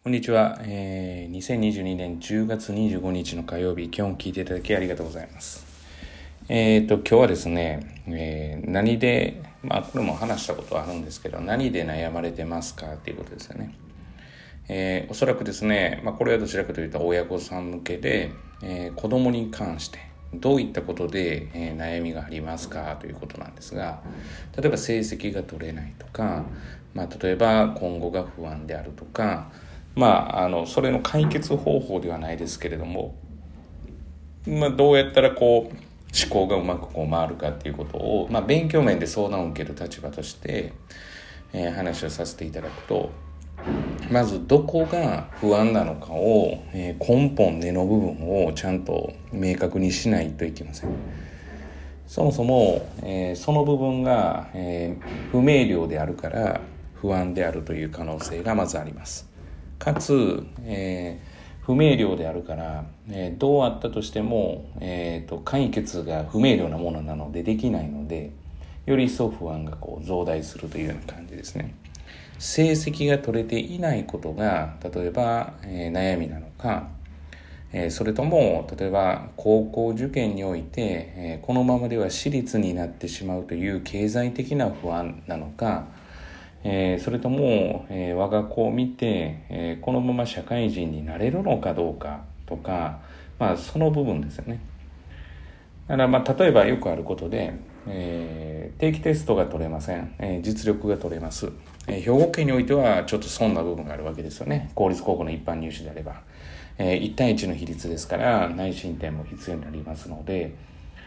こんにちは、2022年10月25日の火曜日、今日も聞いていただきありがとうございます。今日はですね、何で、これも話したことはあるんですけど、何で悩まれてますかっていうことですよね。おそらくですね、これはどちらかというと親御さん向けで、子供に関してどういったことで、悩みがありますかということなんですが、例えば成績が取れないとか、例えば今後が不安であるとか、それの解決方法ではないですけれども、どうやったら思考がうまく回るかっていうことを、勉強面で相談を受ける立場として、話をさせていただくと、まずどこが不安なのかを、根本根の部分をちゃんと明確にしないといけません。そもそも、その部分が、不明瞭であるから不安であるという可能性がまずあります。かつ、不明瞭であるから、どうあったとしても、解決が不明瞭なものなのでできないので、より一層不安が増大するというような感じですね。成績が取れていないことが例えば、悩みなのか、それとも例えば高校受験において、このままでは私立になってしまうという経済的な不安なのか、それとも、我が子を見て、このまま社会人になれるのかどうかとか、その部分ですよね。だから例えばよくあることで、定期テストが取れません、実力が取れます、兵庫県においてはちょっとそんな部分があるわけですよね。公立高校の一般入試であれば、1対1の比率ですから内申点も必要になりますので、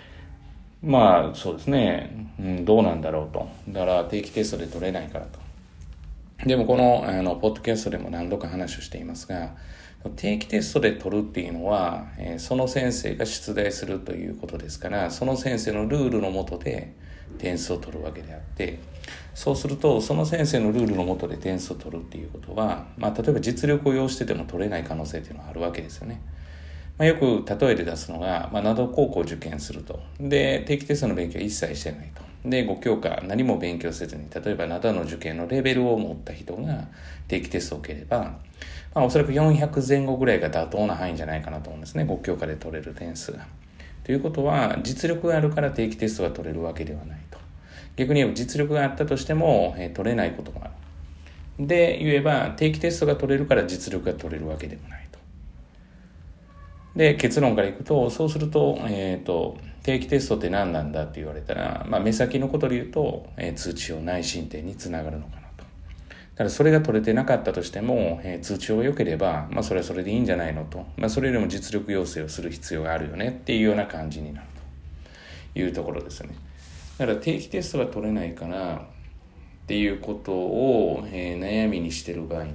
そうですね、どうなんだろうと。だから定期テストで取れないからと。でもこのポッドキャストでも何度か話をしていますが、定期テストで取るっていうのは、その先生が出題するということですから、その先生のルールの下で点数を取るわけであって、そうするとその先生のルールの下で点数を取るっていうことは、例えば実力を要してても取れない可能性っていうのはあるわけですよね。よく例えで出すのが、灘高校を受験すると。で、定期テストの勉強は一切してないと。で、5教科何も勉強せずに、例えば灘の受験のレベルを持った人が定期テストを受ければ、おそらく400前後ぐらいが妥当な範囲じゃないかなと思うんですね。5教科で取れる点数が。ということは、実力があるから定期テストが取れるわけではないと。逆に言えば実力があったとしても、取れないこともある。で、言えば定期テストが取れるから実力が取れるわけでもないと。で、結論からいくと、そうすると、定期テストって何なんだって言われたら、目先のことで言うと、通知表内申点につながるのかなと。だからそれが取れてなかったとしても、通知表が良ければ、それはそれでいいんじゃないのと。それよりも実力要請をする必要があるよねっていうような感じになるというところですね。だから定期テストが取れないからっていうことを、悩みにしてる場合って、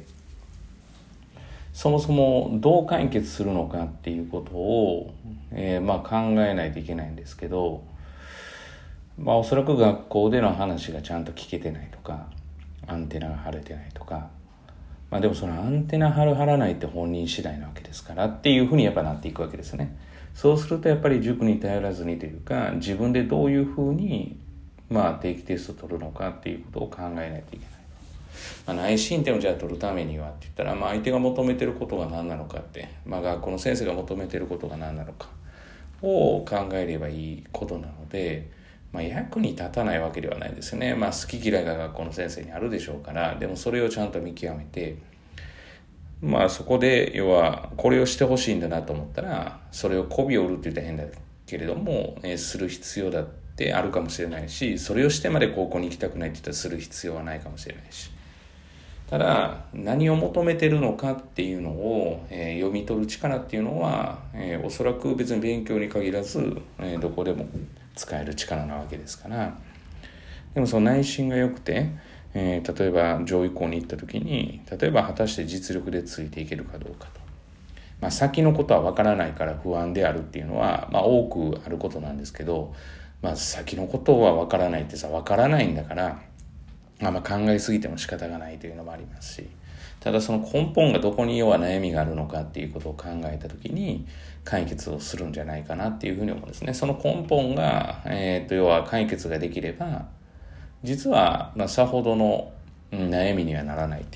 そもそもどう解決するのかっていうことを、考えないといけないんですけど、おそらく学校での話がちゃんと聞けてないとか、アンテナが張れてないとか、でもそのアンテナ張る張らないって本人次第なわけですからっていうふうにやっぱなっていくわけですね。そうするとやっぱり塾に頼らずにというか、自分でどういうふうに定期テストを取るのかっていうことを考えないといけない。内申点をじゃあ取るためにはって言ったら、相手が求めてることが何なのかって、学校の先生が求めてることが何なのかを考えればいいことなので、役に立たないわけではないですよね。好き嫌いが学校の先生にあるでしょうから、でもそれをちゃんと見極めて、そこで要はこれをしてほしいんだなと思ったら、それを媚びを売るって言ったら変だけれども、する必要だってあるかもしれないし、それをしてまで高校に行きたくないって言ったらする必要はないかもしれないし、ただ何を求めてるのかっていうのを、読み取る力っていうのは、おそらく別に勉強に限らず、どこでも使える力なわけですから。でもその内心が良くて、例えば上位校に行った時に、例えば果たして実力でついていけるかどうかと、先のことは分からないから不安であるっていうのは、多くあることなんですけど、先のことは分からないってさ、分からないんだから、考えすぎても仕方がないというのもありますし、ただその根本がどこに要は悩みがあるのかっていうことを考えたときに解決をするんじゃないかなっていうふうに思うんですね。その根本が、要は解決ができれば、実はさほどの悩みにはならないという。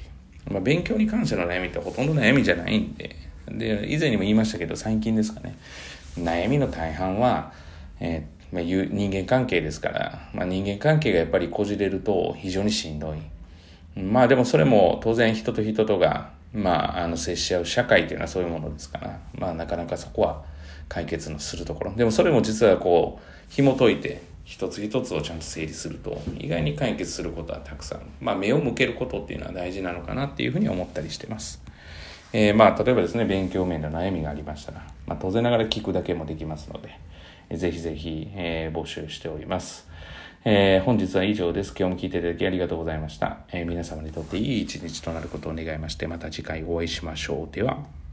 勉強に関しての悩みってほとんど悩みじゃないんで、以前にも言いましたけど、最近ですかね、悩みの大半は、人間関係ですから、人間関係がやっぱりこじれると非常にしんどい。でもそれも当然人と人とが、接し合う社会というのはそういうものですから、なかなかそこは解決のするところ。でもそれも実は紐解いて、一つ一つをちゃんと整理すると、意外に解決することはたくさん。目を向けることっていうのは大事なのかなっていうふうに思ったりしてます。例えばですね、勉強面で悩みがありましたら、当然ながら聞くだけもできますので、ぜひぜひ、募集しております。本日は以上です。今日も聞いていただきありがとうございました。皆様にとっていい一日となることを願いまして、また次回お会いしましょう。では。